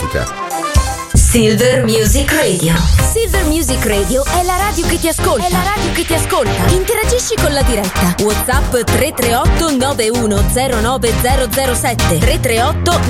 musica. Silver Music Radio. Silver Music Radio è la radio che ti ascolta. È la radio che ti ascolta. Interagisci con la diretta. WhatsApp 338 9109007. 338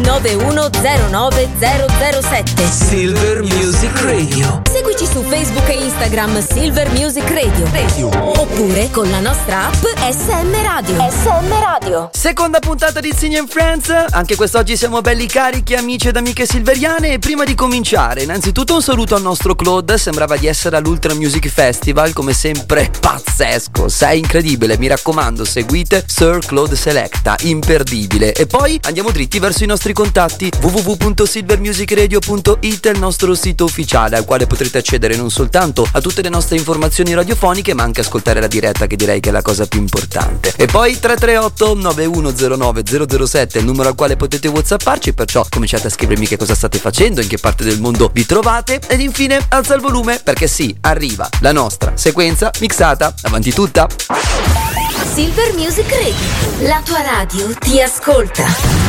9109007. Silver Music Radio. Seguici su Facebook e Instagram Silver Music Radio. Oppure con la nostra app SM Radio. SM Radio. Seconda puntata di Zigny and Friends. Anche quest'oggi siamo belli carichi, amici ed amiche silveriane. E prima di cominciare, innanzitutto un saluto al nostro Claude. Sembrava di essere all'Ultra Music Festival, come sempre pazzesco, sei incredibile. Mi raccomando, seguite Sir Claude Selecta, imperdibile. E poi andiamo dritti verso i nostri contatti. www.silvermusicradio.it è il nostro sito ufficiale, al quale potrete accedere non soltanto a tutte le nostre informazioni radiofoniche, ma anche ascoltare la diretta, che direi che è la cosa più importante. E poi 338 9109 007 è il numero al quale potete whatsapparci, perciò cominciate a scrivermi che cosa state facendo, in che parte del mondo vi trovate. Ed infine alza il volume, perché sì, arriva la nostra sequenza mixata. Avanti tutta. Silver Music Radio. La tua radio ti ascolta.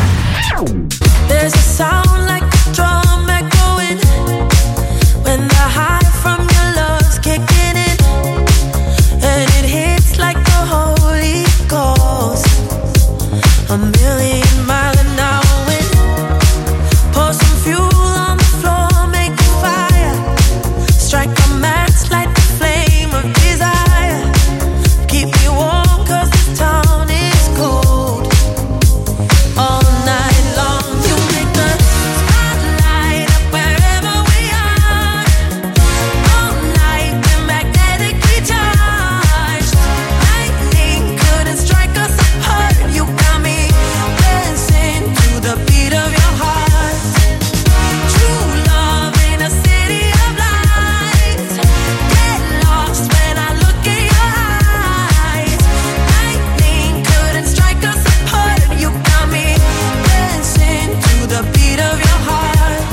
There's a sound like a drum echoing when the high from your love's kicking in, and it hits like the Holy Ghost. A million mile an hour wind. Pour some fuel on the floor, make a fire. Strike a match, light the flame of desire. Keep me warm, 'cause this town is cold. All night long, you make the spotlight up wherever we are. All night, we're magnetically charged. Lightning couldn't strike us apart. You got me dancing to the beat of your heart. True love in a city of lights. Get lost when I look in your eyes. Lightning couldn't strike us apart. You got me dancing to the beat of your heart.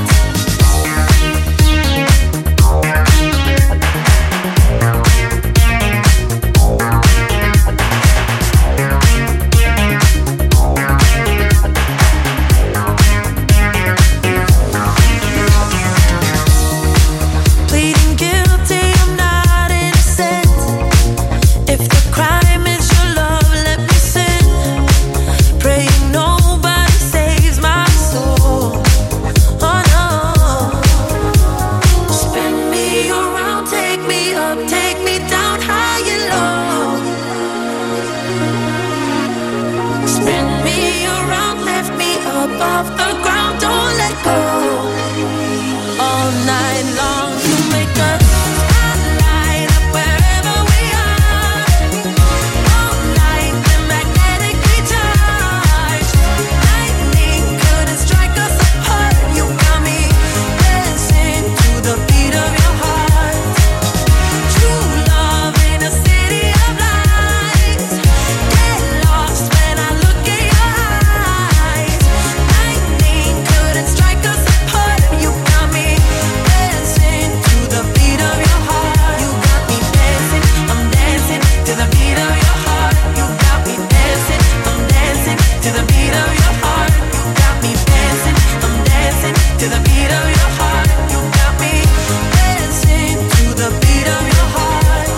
Pleading guilty, I'm not innocent. If the crime is your love, let me sin. Praying nobody saves my soul. Oh no. Spin me around, take me up, take me down high and low. Spin me around, lift me up off the ground, don't let go. All night long, you make a spotlight up wherever we are. All night, we're magnetically charged. Lightning couldn't strike us apart. You got me dancing to the beat of your heart. True love in a city of lights. Get lost when I look in your eyes. Lightning couldn't strike us apart. You got me dancing to the beat of your heart. You got me dancing, I'm dancing to the beat of your heart. You got me dancing, I'm dancing to the beat of your heart. You got me dancing, I'm dancing to the beat of your heart. You got me dancing to the beat of your heart.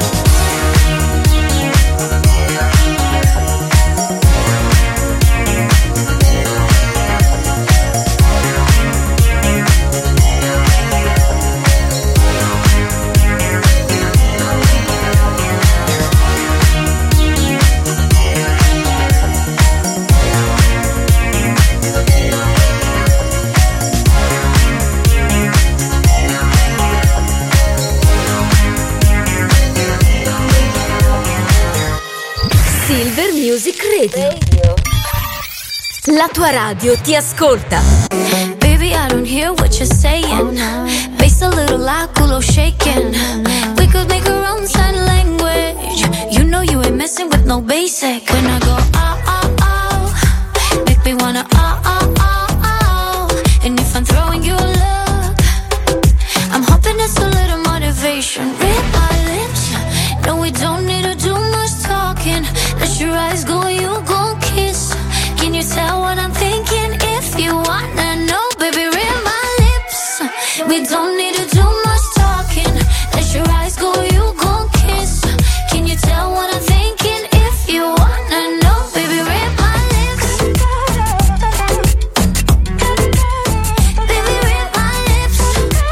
Silver Music Radio. La tua radio ti ascolta. Baby, I don't hear what you're saying. Bass a little loud, culo shaking. We could make our own sign language. You know you ain't messing with no basic. When I go make me wanna and if I'm throwing you a look, I'm hoping it's a little motivation. Read my lips, no we don't need to do much talking. Let your eyes go, you gon' kiss. Can you tell what I'm thinking? If you wanna know, baby, read my lips. We don't need to do much talking. Let your eyes go, you gon' kiss. Can you tell what I'm thinking? If you wanna know, baby, read my lips. Baby, read my lips.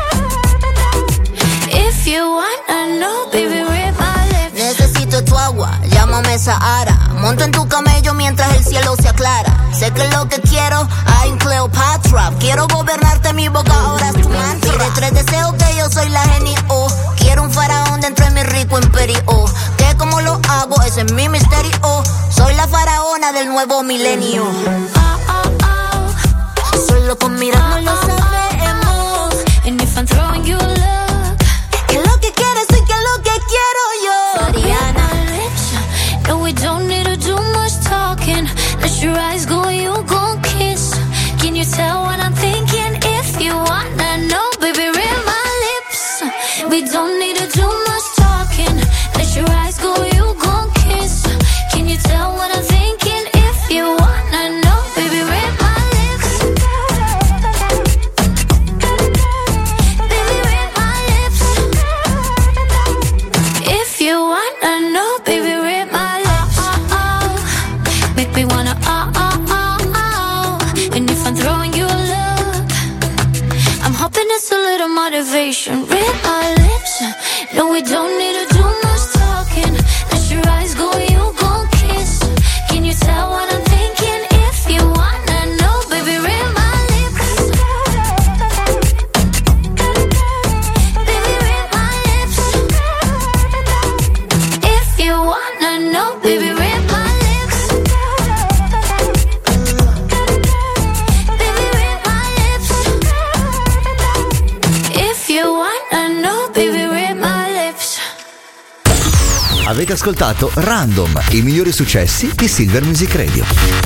If you wanna know, baby, read my lips. Necesito tu agua, llámame Sahara. Monto en tu camello mientras el cielo se aclara. Sé que es lo que quiero, I'm Cleopatra. Quiero gobernarte, mi boca ahora es tu mantra. Pide 3 deseos que yo soy la genio. Quiero un faraón dentro de mi rico imperio. Que como lo hago, ese es mi misterio. Soy la faraona del nuevo milenio. Solo con mirarnos lo sabemos. And if I'm throwing you a look, que es lo que quieres y que es lo que quiero yo. Ariana. No, we don't need to do much talking. Let your eyes go, you gon' kiss. Can you tell what I'm thinking? If you wanna know, baby, read my lips. We don't need to do much talking. Let your eyes go, you gon' kiss. Can you tell what I'm thinking? If you wanna know, baby, read my lips. Baby, read my lips. If you wanna know, baby, read my lips. Make me wanna and if I'm throwing you a look, I'm hoping it's a little motivation. Read my lips. No, we don't need to do much talking. Let your eyes go, you gon' kiss. Can you tell what I'm thinking? If you wanna know, baby, read my lips. Baby, read my lips. If you wanna know, baby, read my lips. Baby, read my lips. If you wanna know, baby, read my lips. Avete ascoltato Random, i migliori successi di Silver Music Radio.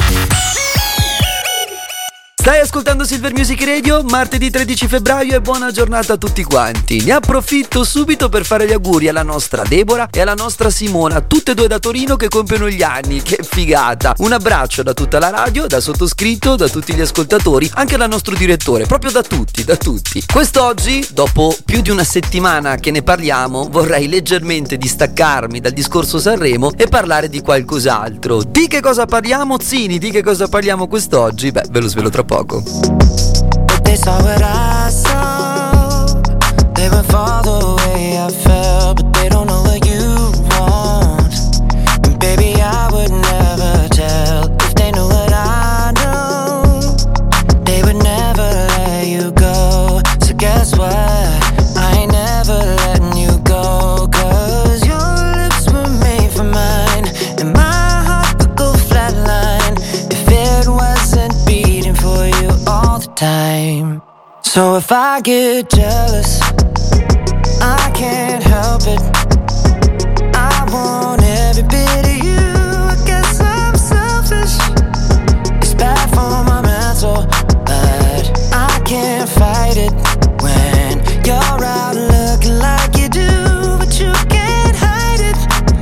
Stai ascoltando Silver Music Radio, martedì 13 febbraio e buona giornata a tutti quanti. Ne approfitto subito per fare gli auguri alla nostra Deborah e alla nostra Simona, tutte e due da Torino che compiono gli anni. Che figata! Un abbraccio da tutta la radio, da sottoscritto, da tutti gli ascoltatori, anche dal nostro direttore, proprio da tutti, da tutti. Quest'oggi, dopo più di una settimana che ne parliamo, vorrei leggermente distaccarmi dal discorso Sanremo e parlare di qualcos'altro. Di che cosa parliamo, Zini? Di che cosa parliamo quest'oggi? Beh, ve lo svelo tra poco. They saw what I saw. They would fall the way I felt, but they don't know what you want. And baby, I would never tell if they knew what I know. They would never let you go. So guess what? I ain't never letting you go. 'Cause your lips were made for mine, and my heart would go flatline if it wasn't beating for you all the time. So if I get jealous, I can't help it. I want every bit of you. I guess I'm selfish. It's bad for my mental, but I can't fight it when you're out looking like you do, but you can't hide it.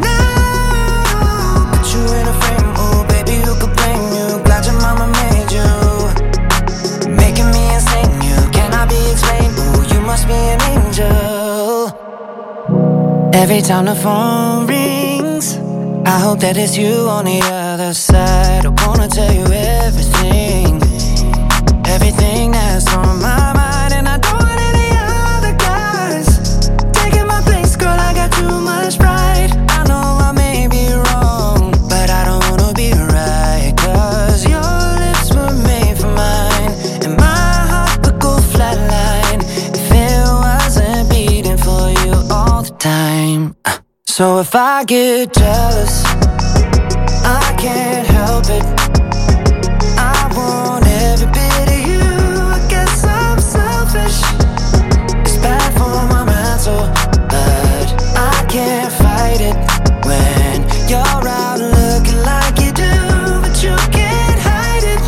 No, put you in a frame, oh baby, who could blame you? Glad your mama made you, making me insane. You cannot be explained. Ooh, you must be an angel. Every time the phone rings, I hope that it's you on the other side. I wanna tell you everything, everything that's on my mind, and I don't want any other guys taking my place, girl. I got too much pride. I know I may be wrong, but I don't wanna be right. 'Cause your lips were made for mine, and my heart would go flatline if it wasn't beating for you all the time. So if I get jealous, I can't help it. I want every bit of you. I guess I'm selfish. It's bad for my mental, but I can't fight it when you're out looking like you do, but you can't hide it.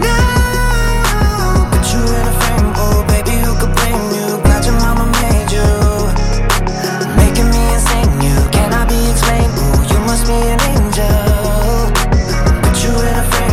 No, put you in a frame, oh baby, who could blame you? Glad your mama made you, making me insane. You cannot be explained. Ooh, you must be an angel. Put you in a frame.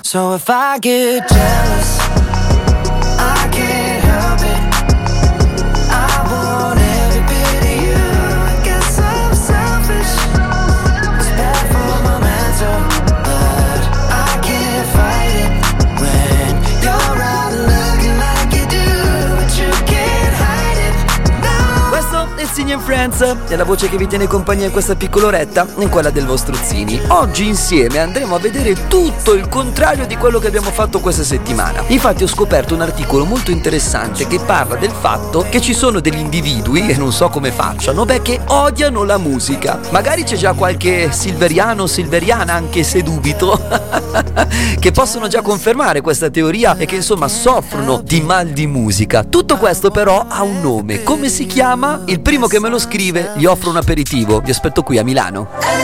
So if I get jealous, I can't help it. I want every bit of you. I guess I'm selfish. It's bad for my mental, but I can't fight it when you're out looking like you do, but you can't hide it. No. Questo è Zini and Friends, è la voce che vi tiene compagnia in questa piccola oretta, in quella del vostro Zini. Oggi insieme andremo a vedere tutto il contrario di quello che abbiamo fatto questa settimana. Infatti ho scoperto un articolo molto interessante che parla del fatto che ci sono degli individui, e non so come facciano, che odiano la musica. Magari c'è già qualche silveriano o silveriana, anche se dubito, che possono già confermare questa teoria e che insomma soffrono di mal di musica. Tutto questo però ha un nome. Come si chiama? Il primo che me lo scrive gli offro un aperitivo. Vi aspetto qui a Milano.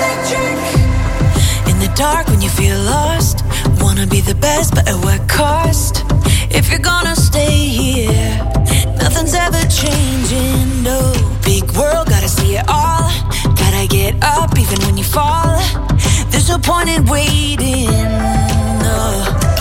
In the dark when you feel lost, wanna be the best but at what cost? If you're gonna stay here, nothing's ever changing, no. Big world, gotta see it all. Gotta get up even when you fall. There's no point in waiting, no.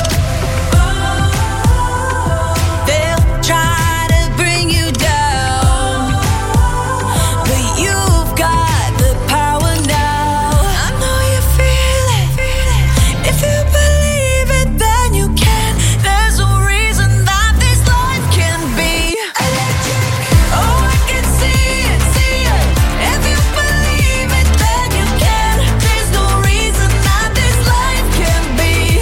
They'll try to bring you down, but you've got the power now. I know you feel it. If you believe it, then you can. There's no reason that this life can be electric. Oh, I can see it, see it. If you believe it, then you can. There's no reason that this life can be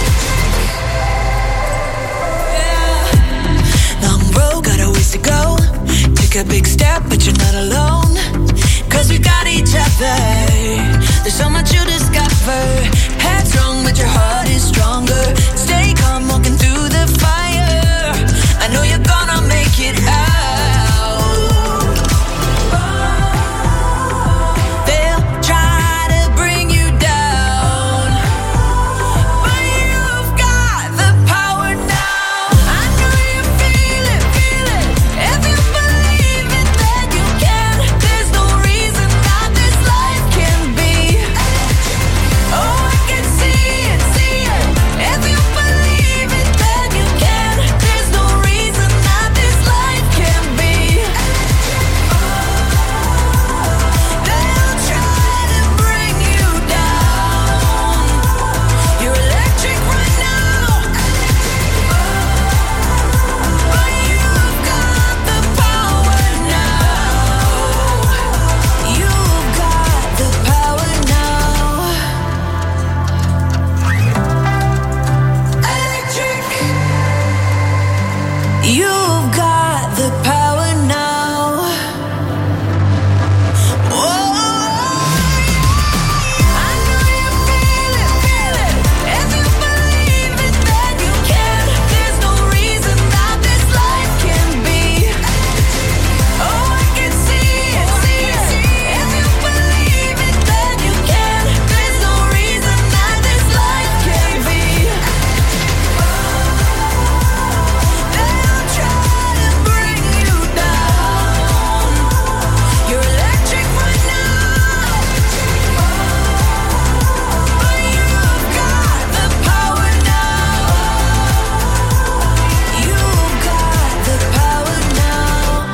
electric. Long road, got a ways to go. Take a big step, but you're not alone. 'Cause we got each other. There's so much you discover. Headstrong, but your heart is stronger. Stay calm, walking through the fire. I know you're gonna make it out. They'll try to bring you down, but you've got the power now. I know you feel it, feel it. If you believe it, then you can. There's no reason that this life can be electric. Oh, I can see it, see it. If you believe it, then you can. There's no reason that this life can be electric. They'll try to bring you down. You're electric right now, but you've got the power now. You've got the power now. Electric. You've got the power now. Whoa. I know you feel it, feel it. If you believe it, then you can. There's no reason that this life can be electric. Oh, I can see it, see it. If you believe it, then you can. There's no reason that this life can be electric. They'll try to bring you down. You're electric right now, but you've got the power now. You've got the power now.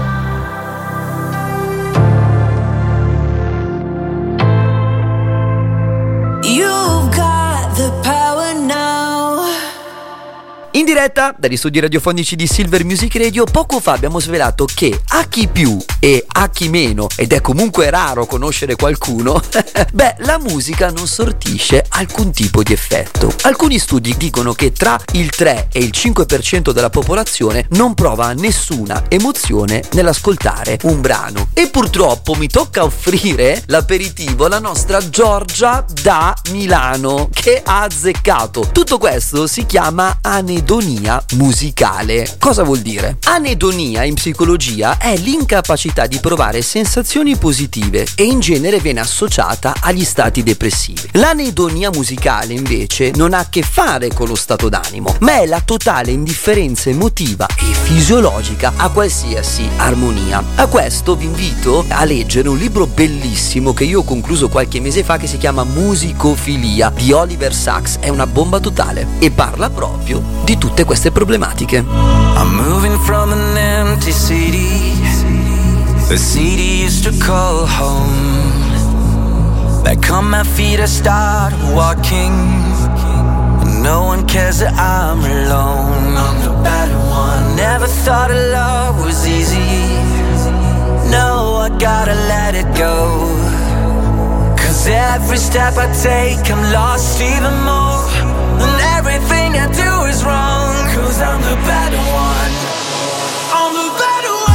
You've got the power now. In diretta dagli studi radiofonici di Silver Music Radio, poco fa abbiamo svelato che a chi più e a chi meno, ed è comunque raro conoscere qualcuno, la musica non sortisce alcun tipo di effetto. Alcuni studi dicono che tra il 3 e il 5% della popolazione non prova nessuna emozione nell'ascoltare un brano. E purtroppo mi tocca offrire l'aperitivo alla nostra Giorgia da Milano, che ha azzeccato. Tutto questo si chiama anedonia anedonia musicale. Cosa vuol dire? Anedonia in psicologia è l'incapacità di provare sensazioni positive e in genere viene associata agli stati depressivi. L'anedonia musicale invece non ha a che fare con lo stato d'animo, ma è la totale indifferenza emotiva e fisiologica a qualsiasi armonia. A questo vi invito a leggere un libro bellissimo che io ho concluso qualche mese fa, che si chiama Musicofilia di Oliver Sacks. È una bomba totale e parla proprio di tutte queste problematiche. I'm moving from an empty city, the city used to call home. Back on my feet I start walking, no one cares that I'm alone. I'm the bad one. Never thought of love was easy, no, I gotta let it go. Cause every step I take I'm lost even more, and everything I do is wrong. Cause I'm the bad one. I'm the bad one.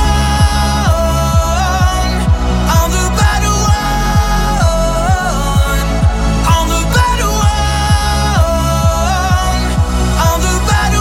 I'm the bad one. I'm the bad one. I'm the bad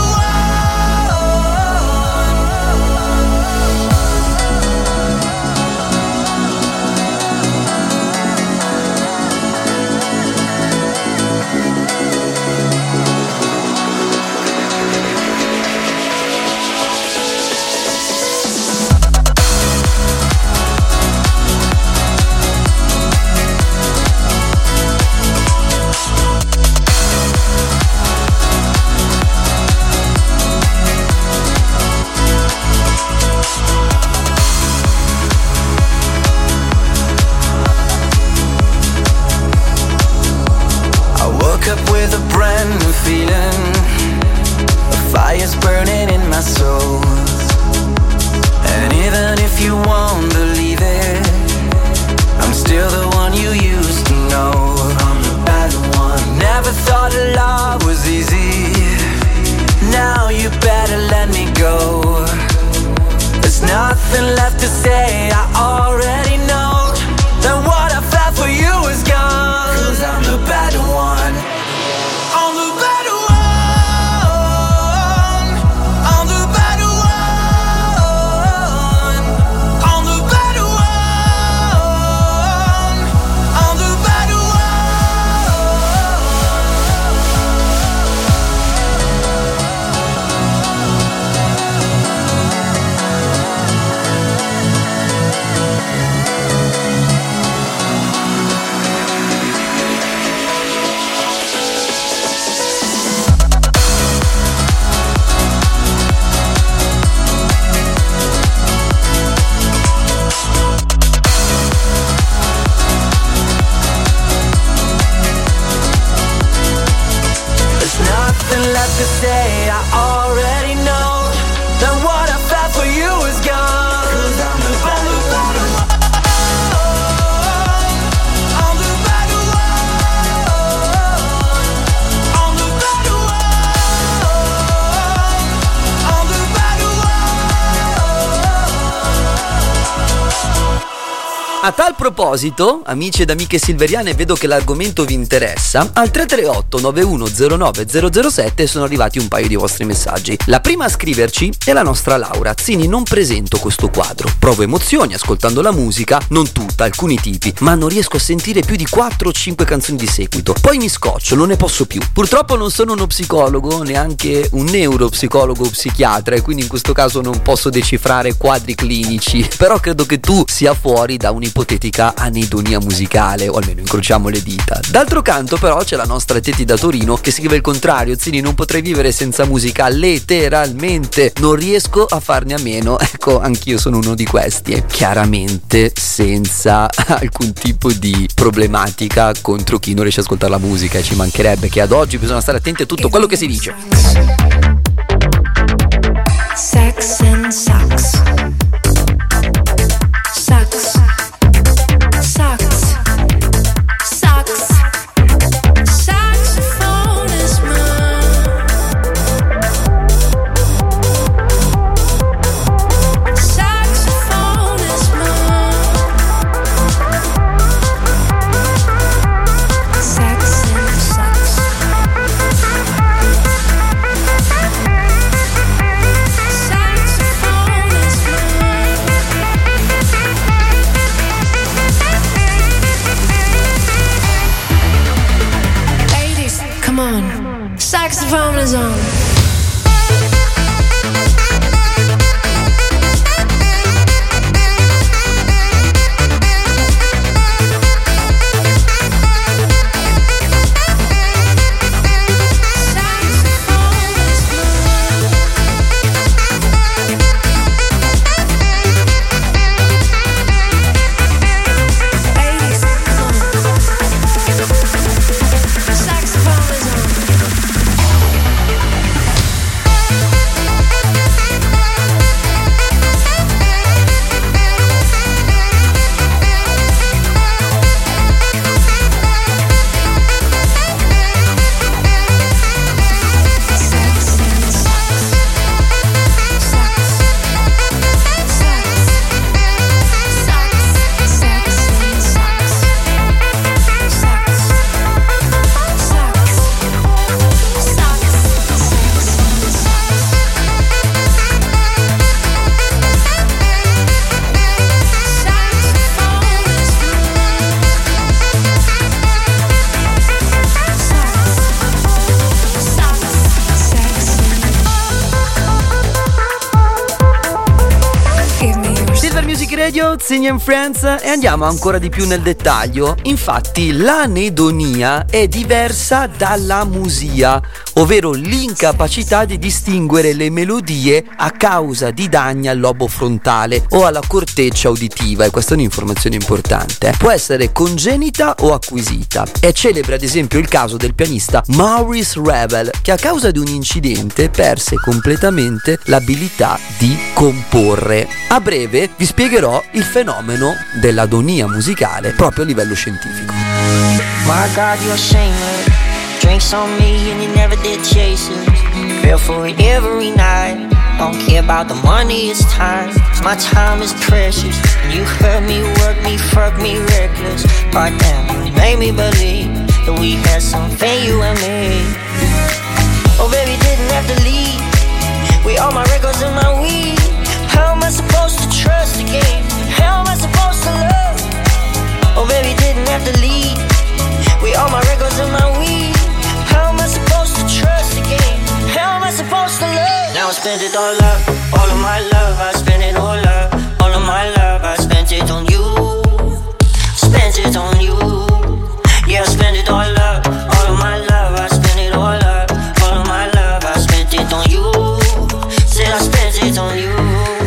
A tal proposito, amici ed amiche silveriane, vedo che l'argomento vi interessa. Al 338 9109 007 sono arrivati un paio di vostri messaggi. La prima a scriverci è la nostra Laura. Zini, non presento questo quadro. Provo emozioni ascoltando la musica, non tutta, alcuni tipi, ma non riesco a sentire più di 4 o 5 canzoni di seguito. Poi mi scoccio, non ne posso più. Purtroppo non sono uno psicologo, neanche un neuropsicologo o psichiatra, e quindi in questo caso non posso decifrare quadri clinici. Però credo che tu sia fuori da un'ipotetica anedonia musicale, o almeno incrociamo le dita. D'altro canto però c'è la nostra Teti da Torino che scrive il contrario. Zini, non potrei vivere senza musica, letteralmente non riesco a farne a meno. Ecco, anch'io sono uno di questi, chiaramente senza alcun tipo di problematica contro chi non riesce a ascoltare la musica, e ci mancherebbe, che ad oggi bisogna stare attenti a tutto quello che si dice. Sex and sucks. Sucks. Sucks. Sucks. Saxophone is mine. Saxophone is mine. Sex and sucks. Radio, Ziggy and Friends, e andiamo ancora di più nel dettaglio. Infatti l'anedonia è diversa dall'amusia, ovvero l'incapacità di distinguere le melodie a causa di danni al lobo frontale o alla corteccia uditiva, e questa è un'informazione importante. Può essere congenita o acquisita. È celebre ad esempio il caso del pianista Maurice Ravel, che a causa di un incidente perse completamente l'abilità di comporre. A breve vi spiegherò il fenomeno dell'adonia musicale proprio a livello scientifico. My God, you're shameless. Drinks on me and you never did chase it. Fell for it every night. Don't care about the money, it's time. My time is precious. You hurt me, work me, fuck me reckless. Right now, you made me believe that we had something, you and me. Oh baby, didn't have to leave. We all my records and my weed. How am I supposed to trust again? How am I supposed to love? Oh baby, didn't have to leave. We all my records and my weed. How am I supposed to trust again? How am I supposed to love? Now I spent it all up, all of my love. I spent it all up, all of my love. I spent it on you, spent it on you. Yeah, I spent it all up, all of my love. I spent it all up, all of my love. I spent it on you, said I spent it on you.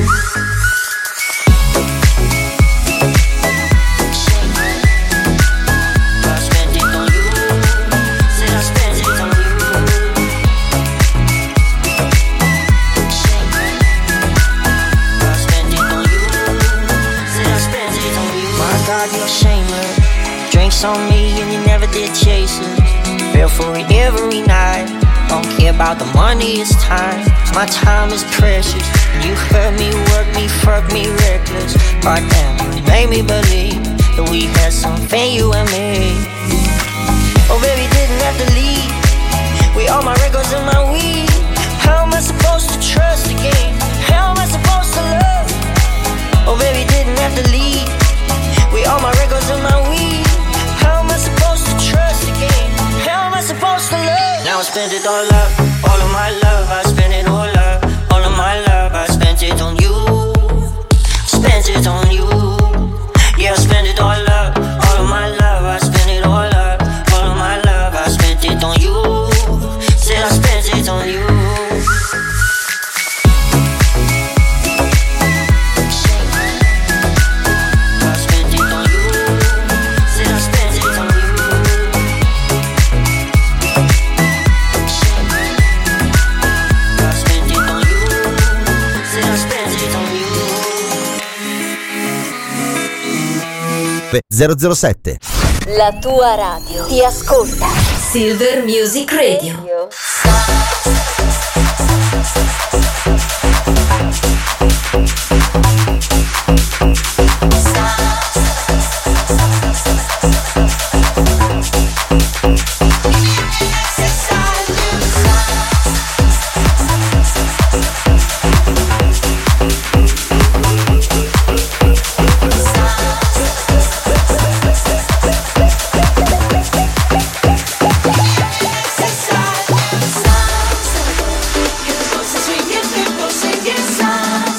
On me and you never did chase it. Fell for it every night. Don't care about the money, it's time. My time is precious. You hurt me, work me, fuck me reckless. Right now, you made me believe that we had something, you and me. Oh baby, didn't have to leave. We all my records and my weed. How am I supposed to trust again? How am I supposed to love? Oh baby, didn't have to leave. We all my records and my weed. How am I supposed to trust again? How am I supposed to love? Now I spent it all up, all of my love. I spent it all up, all of my love. I spent it on you, spent it on you. Yeah, I spent it all up, all of my love. I spent it all up, all of my love. I spent it on you, said I spent it on you. Top 007. La tua radio ti ascolta. Silver Music Radio. Singing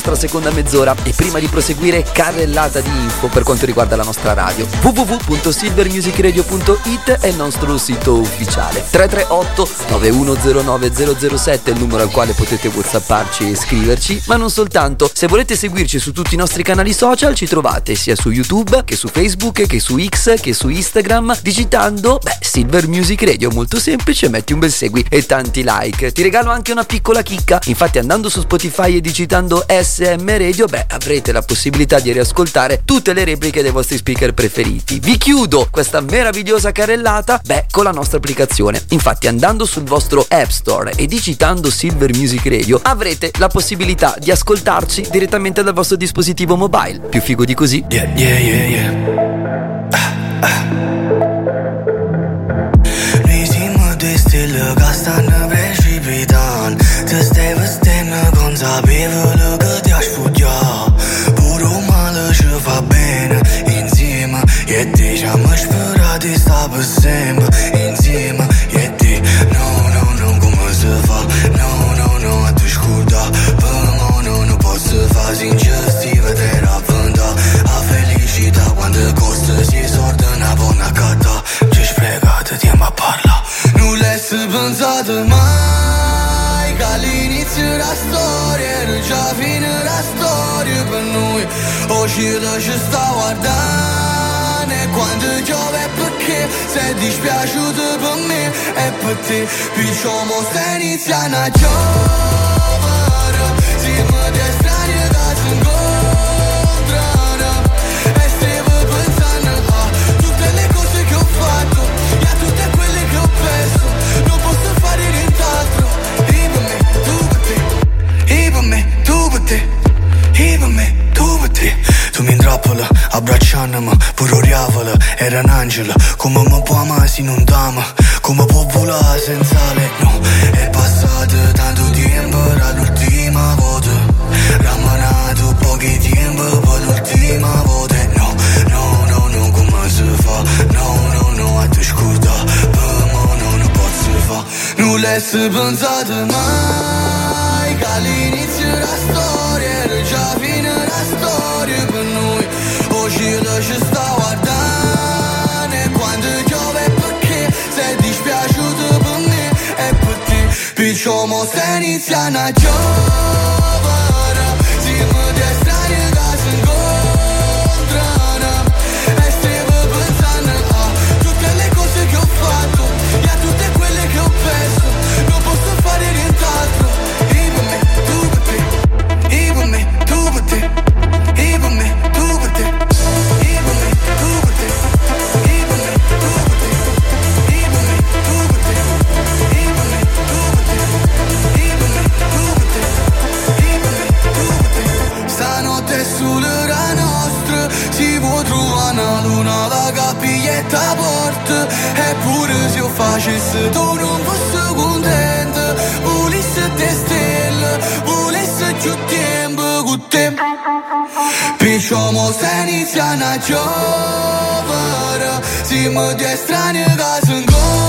nostra seconda mezz'ora e prima di proseguire carrellata di info per quanto riguarda la nostra radio. www.silvermusicradio.it è il nostro sito ufficiale. 338 9109 007 è il numero al quale potete whatsapparci e scriverci, ma non soltanto. Se volete seguirci su tutti i nostri canali social ci trovate sia su YouTube che su Facebook che su X che su Instagram digitando Silver Music Radio. Molto semplice, metti un bel segui e tanti like. Ti regalo anche una piccola chicca, infatti andando su Spotify e digitando SM Radio avrete la possibilità di riascoltare tutte le repliche dei vostri speaker preferiti. Vi chiudo questa meravigliosa carrellata con la nostra applicazione. Infatti andando sul vostro App Store e digitando Silver Music Radio avrete la possibilità di ascoltarci direttamente dal vostro dispositivo mobile. Più figo di così? Stille ca stanno precipitando. Te stai vestendo consapevole che ti hai sfugiato. Pure un male ci fa bene insieme. E te ci amo sperato di stare per sempre insieme. E te no, come si fa? No, a te scuda. Per me non posso fare sincero, sti vedere avventare. A felicità quando costa si sorda una buona catta. Ci sprecate tempo a parlare. Non l'hai pensato mai che all'inizio della storia era già fine la storia per noi. Oggi ci sta guardando e quando piove perché sei dispiaciuto per me e per te. Piccio mo stai iniziando a giovere, siamo dei strani che si incontrano e stavo pensando a tutte le cose che ho fatto e a tutte quelle che ho perso. Non posso fare nient'altro. E per me, tu per te. E per me, tu per te. E per me, tu per te. Tu mi intrappola, abbracciandomi, pure oriavola. Era un angelo, come mi può amare se non t'ama. Come può volare senza lei, no. È passato tanto tempo dall'ultima volta. Rammanato pochi tempo per l'ultima volta. No, come si fa? No, a te scorda. Non l'hai pensato mai che all'inizio della storia era già fine la storia per noi. Oggi ci sta guardando e quando piove perché sei dispiaciuto per me e per te. Piccio mo stai iniziando a giovere, siamo dei strani che si incontrano e stavo pensando a tutte le cose che ho fatto e a tutte quelle che ho perso. Non posso fare nient'altro. E per me, tu per te. E per me, tu per te. E per me, tu per te. E per me, tu per te. E per me, tu per te. E per me, tu per te. E per me, tu per te. E per me, tu per te. E per me, tu per te. Stanotte sulla nostra si può trovare una luna da capiglietta porta. Eppure se io facessi tu non fossi contento. Volessi te stelle, volessi più tempo con te. Piccio mo stai iniziando a giovere, siamo due strani che si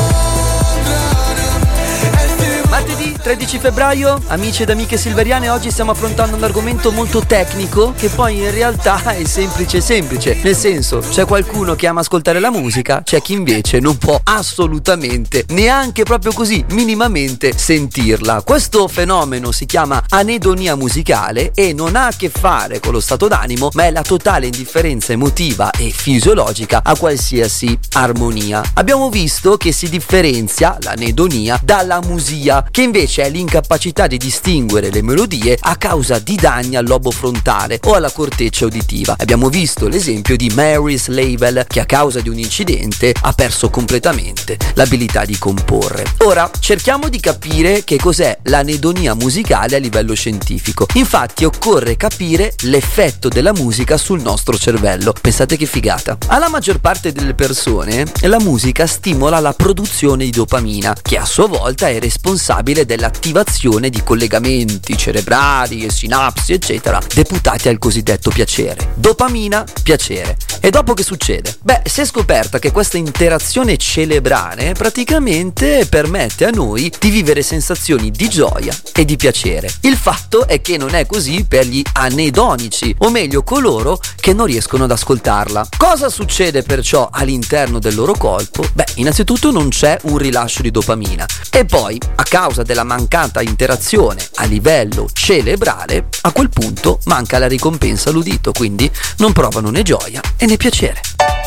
incontrano. Martedì 13 febbraio, amici ed amiche silveriane, oggi stiamo affrontando un argomento molto tecnico che poi in realtà è semplice, nel senso c'è qualcuno che ama ascoltare la musica, c'è chi invece non può assolutamente, neanche proprio così minimamente sentirla. Questo fenomeno si chiama anedonia musicale e non ha a che fare con lo stato d'animo, ma è la totale indifferenza emotiva e fisiologica a qualsiasi armonia. Abbiamo visto che si differenzia l'anedonia dall'amusia, che invece è l'incapacità di distinguere le melodie a causa di danni al lobo frontale o alla corteccia uditiva. Abbiamo visto l'esempio di Maurice Label, che a causa di un incidente ha perso completamente l'abilità di comporre. Ora cerchiamo di capire che cos'è l'anedonia musicale a livello scientifico. Infatti occorre capire l'effetto della musica sul nostro cervello. Pensate che figata. Alla maggior parte delle persone la musica stimola la produzione di dopamina, che a sua volta è responsabile responsabile dell'attivazione di collegamenti cerebrali e sinapsi eccetera deputati al cosiddetto piacere. Dopamina, piacere. E dopo che succede? Beh, si è scoperta che questa interazione cerebrale praticamente permette a noi di vivere sensazioni di gioia e di piacere. Il fatto è che non è così per gli anedonici, o meglio coloro che non riescono ad ascoltarla. Cosa succede perciò all'interno del loro corpo? Beh, innanzitutto non c'è un rilascio di dopamina e poi, a causa della mancata interazione a livello cerebrale, a quel punto manca la ricompensa all'udito, quindi non provano né gioia e né piacere.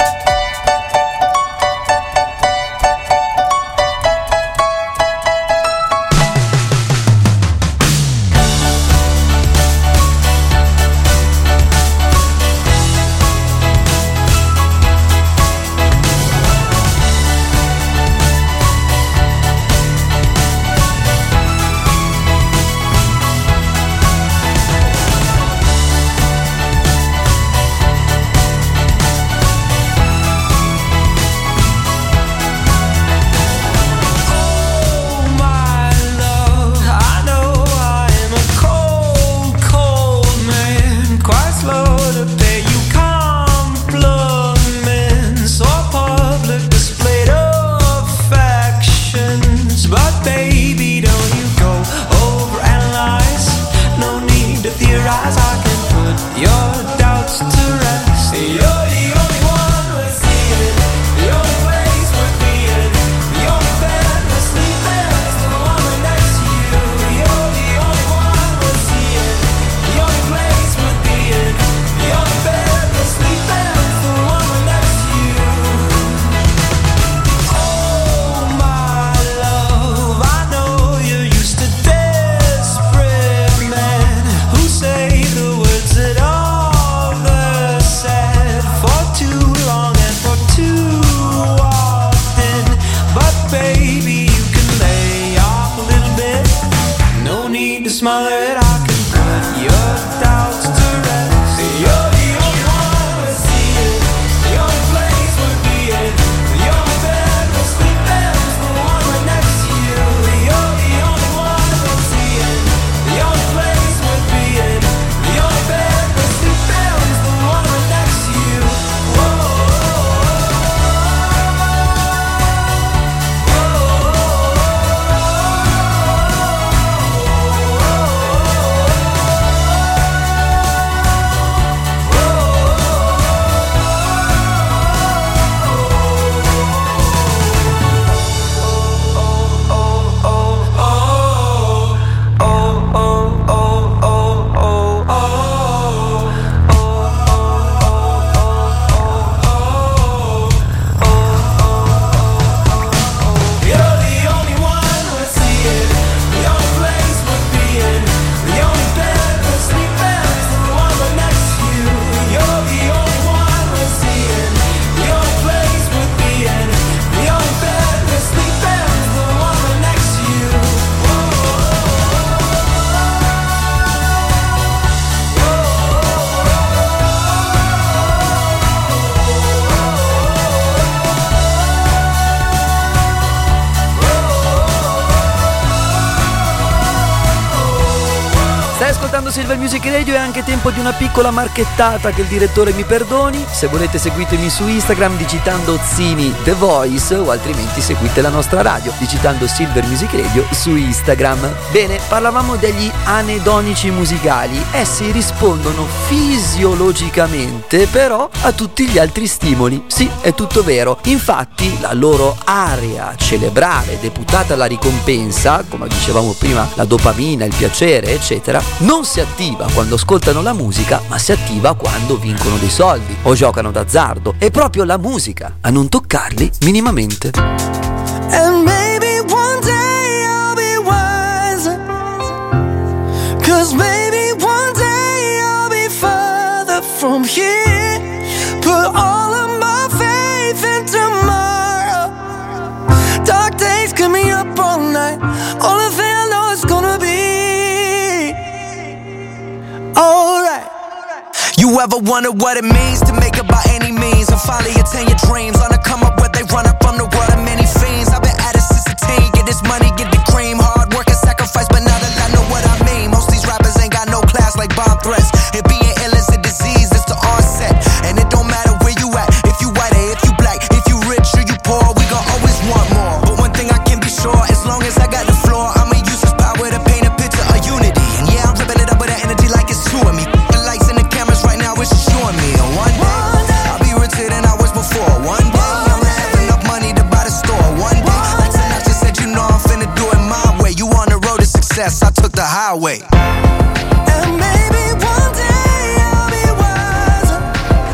Silver Music Radio, è anche tempo di una piccola marchettata, che il direttore mi perdoni. Se volete seguitemi su Instagram digitando Zini The Voice, o altrimenti seguite la nostra radio digitando Silver Music Radio su Instagram. Bene, parlavamo degli anedonici musicali. Essi rispondono fisiologicamente però a tutti gli altri stimoli. Sì, è tutto vero. Infatti la loro area cerebrale deputata alla ricompensa, come dicevamo prima la dopamina, il piacere eccetera, non si attiva quando ascoltano la musica, ma si attiva quando vincono dei soldi o giocano d'azzardo. È proprio la musica a non toccarli minimamente. And maybe one day I'll be wiser, 'cause maybe one day I'll be further from here. Put all of my faith in tomorrow. Dark days keep me up all night. Only thing I know is gonna be alright. You ever wonder what it means to make it by any means and finally attain your dreams? On the come up where they run up from the world of many fiends. I've been at it since a teen. Get this money, get the cream. Hard work the highway. And maybe one day I'll be wiser,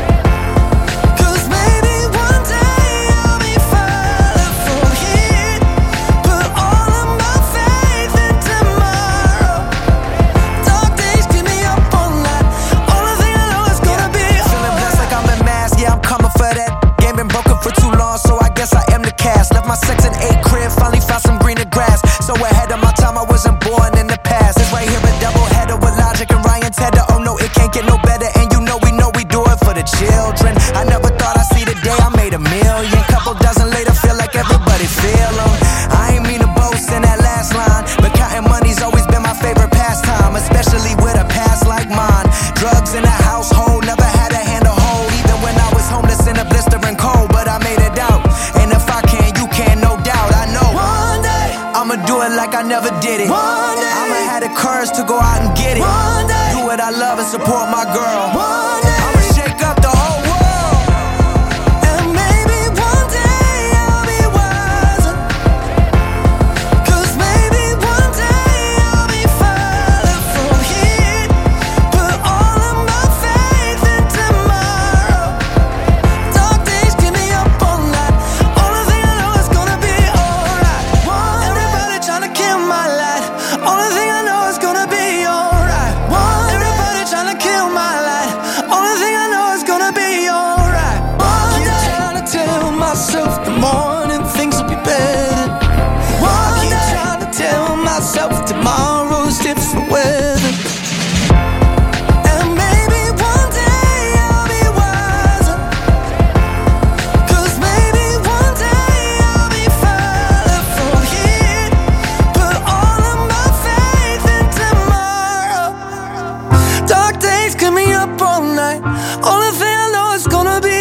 'cause maybe one day I'll be further from here. Put all of my faith in tomorrow. Dark days keep me up all night. Only thing I know is gonna be feeling blessed like I'm in mass. Yeah, I'm coming for that. Game been broken for too long, so I guess I am the cast. Left my Section 8 crib, finally found some greener grass. So ahead of my time, I wasn't born in the past. It's right here a double header with Logic and Ryan Tedder. Oh no, it can't get no better, and you know we do it for the children. I never thought I'd see the day I made $1 million. Couple dozen later, feel like everybody feel 'em. I ain't mean to boast in that last line, but counting money's always been my favorite pastime, especially with a past like mine. Drugs in the household, never had a hand to hold, even when I was homeless in a blistering cold, but I made it out. And if I can, you can, no doubt. I know one day I'ma do it like I never did it. One day I'ma have the courage to go out and get it. One day do what I love and support my girl. One day I'ma shake up the whole world. And maybe one day I'll be wiser, 'cause maybe one day I'll be further from here. Put all of my faith in tomorrow. Dark days keep me up all night. Only thing I know is gonna be alright. Everybody tryna kill my light. Only thing I know is gonna be alright. Everybody tryna kill my light. Only thing I know is gonna be alright. One day trying to tell myself the morning things will be better. I keep trying to tell myself tomorrow's different weather. And maybe one day I'll be wiser, 'cause maybe one day I'll be further from here. Put all of my faith in tomorrow. Dark days keep me up all night. Only thing I know is gonna be.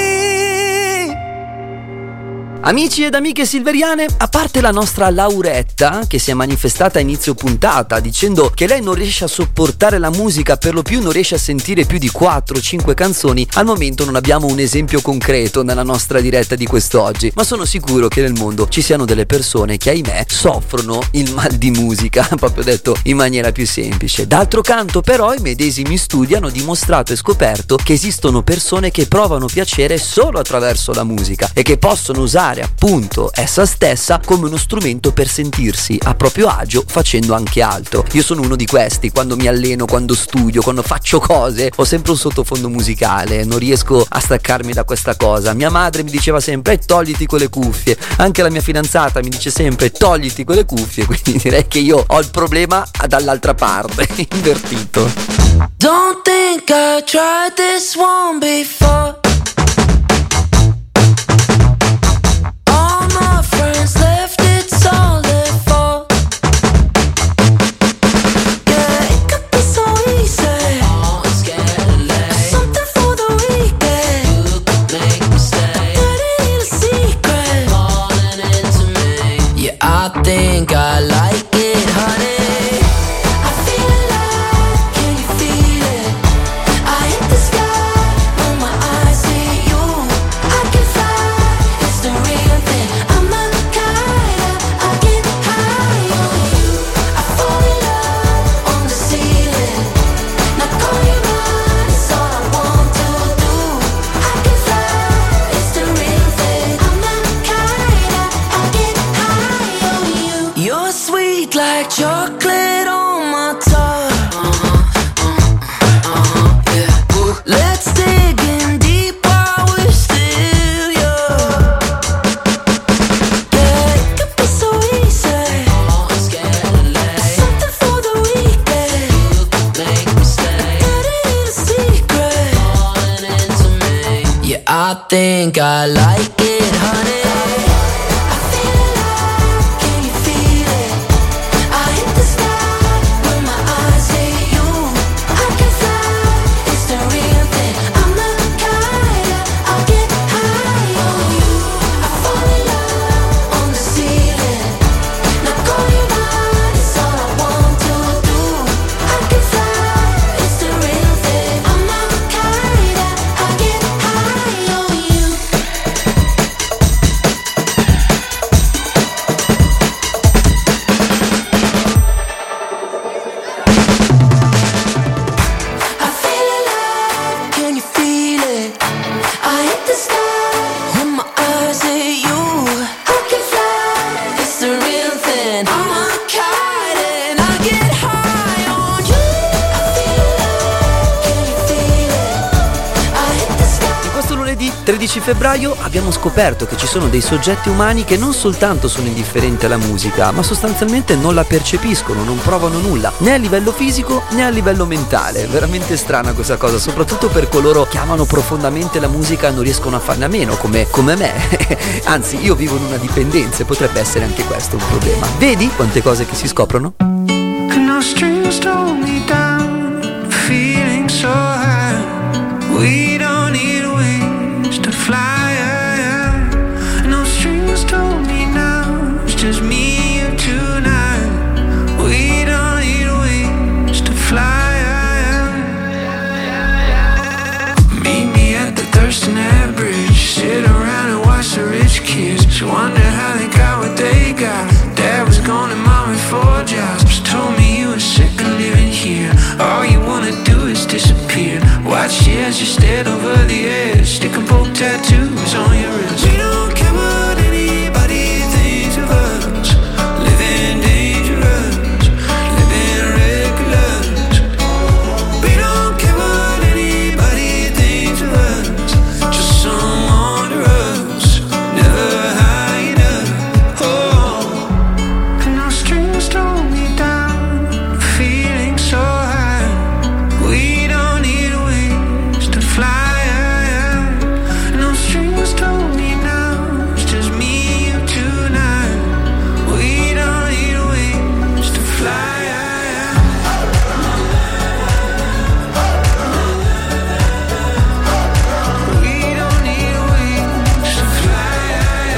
Amici ed amiche silveriane, a parte la nostra Lauretta che si è manifestata a inizio puntata dicendo che lei non riesce a sopportare la musica, per lo più non riesce a sentire più di 4-5 canzoni, al momento non abbiamo un esempio concreto nella nostra diretta di quest'oggi, ma sono sicuro che nel mondo ci siano delle persone che, ahimè, soffrono il mal di musica, proprio detto in maniera più semplice. D'altro canto però i medesimi studi hanno dimostrato e scoperto che esistono persone che provano piacere solo attraverso la musica e che possono usare appunto essa stessa come uno strumento per sentirsi a proprio agio facendo anche altro. Io sono uno di questi, quando mi alleno, quando studio, quando faccio cose, ho sempre un sottofondo musicale, non riesco a staccarmi da questa cosa. Mia madre mi diceva sempre togliti quelle cuffie, anche la mia fidanzata mi dice sempre togliti quelle cuffie, quindi direi che io ho il problema dall'altra parte, invertito. Don't think I tried this one before. All my friends left, it's all their fault. Yeah, it could be so easy. Always getting late. Something for the weekend. You could make me stay. That ain't a secret. Falling into me. Yeah, I think I like it, honey. I feel alive, can you feel it? I hit the sky when my eyes see you. I can fly, it's the real thing. I'm a kite, I get high on you. I fall in love on the ceiling. Now call you mine, it's all I want to do. I can fly, it's the real thing. I'm a kite, I get high on you. You're sweet like chocolate on my tongue. Yeah. Let's dig in deep while we're still young. Yeah, it could be so easy. Always getting late. Something for the weekend. You could make me stay. That ain't a secret. Falling into me. Yeah, I think I like it, honey. I feel alive, can you feel it? I hit the sky when my eyes hit you. I can fly, it's the real thing. I'm a kite, I'll get high on you. I fall in love on the ceiling. Now call you mine, it's all I want to do. I can fly, it's the real thing. I'm a kite, I get high on you. 13 febbraio abbiamo scoperto che ci sono dei soggetti umani che non soltanto sono indifferenti alla musica, ma sostanzialmente non la percepiscono, non provano nulla, né a livello fisico né a livello mentale. È veramente strana questa cosa, soprattutto per coloro che amano profondamente la musica e non riescono a farne a meno, come me. Anzi, io vivo in una dipendenza e potrebbe essere anche questo un problema. Vedi quante cose che si scoprono? No strings hold me down, feeling so high. We don't need wings to fly. No strings hold me now, it's just me and tonight. We don't need wings to fly. Meet me at the Thurston Ave Bridge, sit around and watch the rich kids. Wonder how they got what they got. Dad was gone and mom had 4 jobs. Told me you were sick of living here. All you wanna do is disappear. Watch you as you stared over the edge. Stick and poke tattoos on your wrist. We don't care what anybody thinks of us. Living dangerous, living reckless. We don't care what anybody thinks of us. Just some under us, never high enough. Oh, and no strings hold me down, feeling so high. We don't need wings to fly. No strings hold me now, it's just me and tonight. We don't need wings to fly. We don't need wings to fly.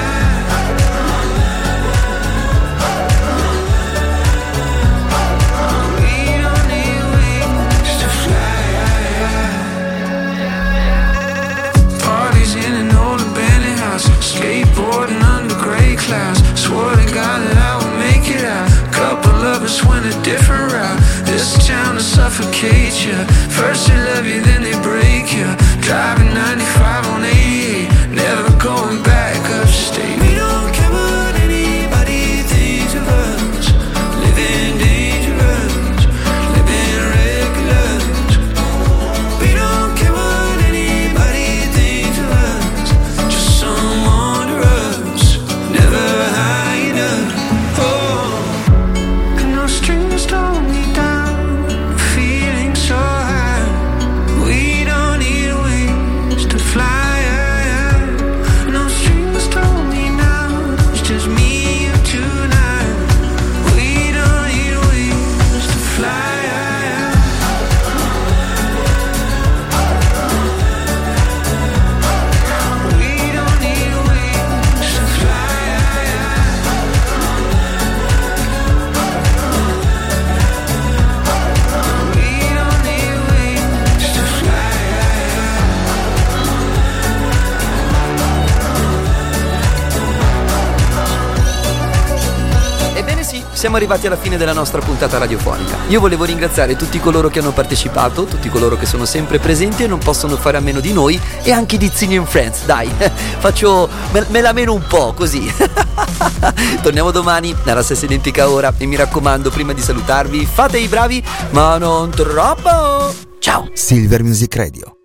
We don't need wings to fly. Parties in an old abandoned house, skateboarding under gray clouds. Swore to God that I would make it out. Couple of us went a different route. This town will suffocate you. First they love you, then they break you. Driving 95 on 88, never going back upstate. We don't care what anybody thinks of us. Living dangerous, living reckless. We don't care what anybody thinks of us. Just some under us, never high enough. Oh, and no strings hold me down, feeling so high. We don't need wings to fly. No strings hold me now, it's just me and tonight. We don't need wings to fly. We don't need wings to fly. We don't need wings to fly. Ebbene sì, siamo arrivati alla fine della nostra puntata radiofonica. Io volevo ringraziare tutti coloro che hanno partecipato, tutti coloro che sono sempre presenti e non possono fare a meno di noi, e anche di Zini and Friends, dai, me la meno un po' così. Torniamo domani alla stessa identica ora e mi raccomando, prima di salutarvi, fate i bravi, ma non troppo. Ciao. Silver Music Radio.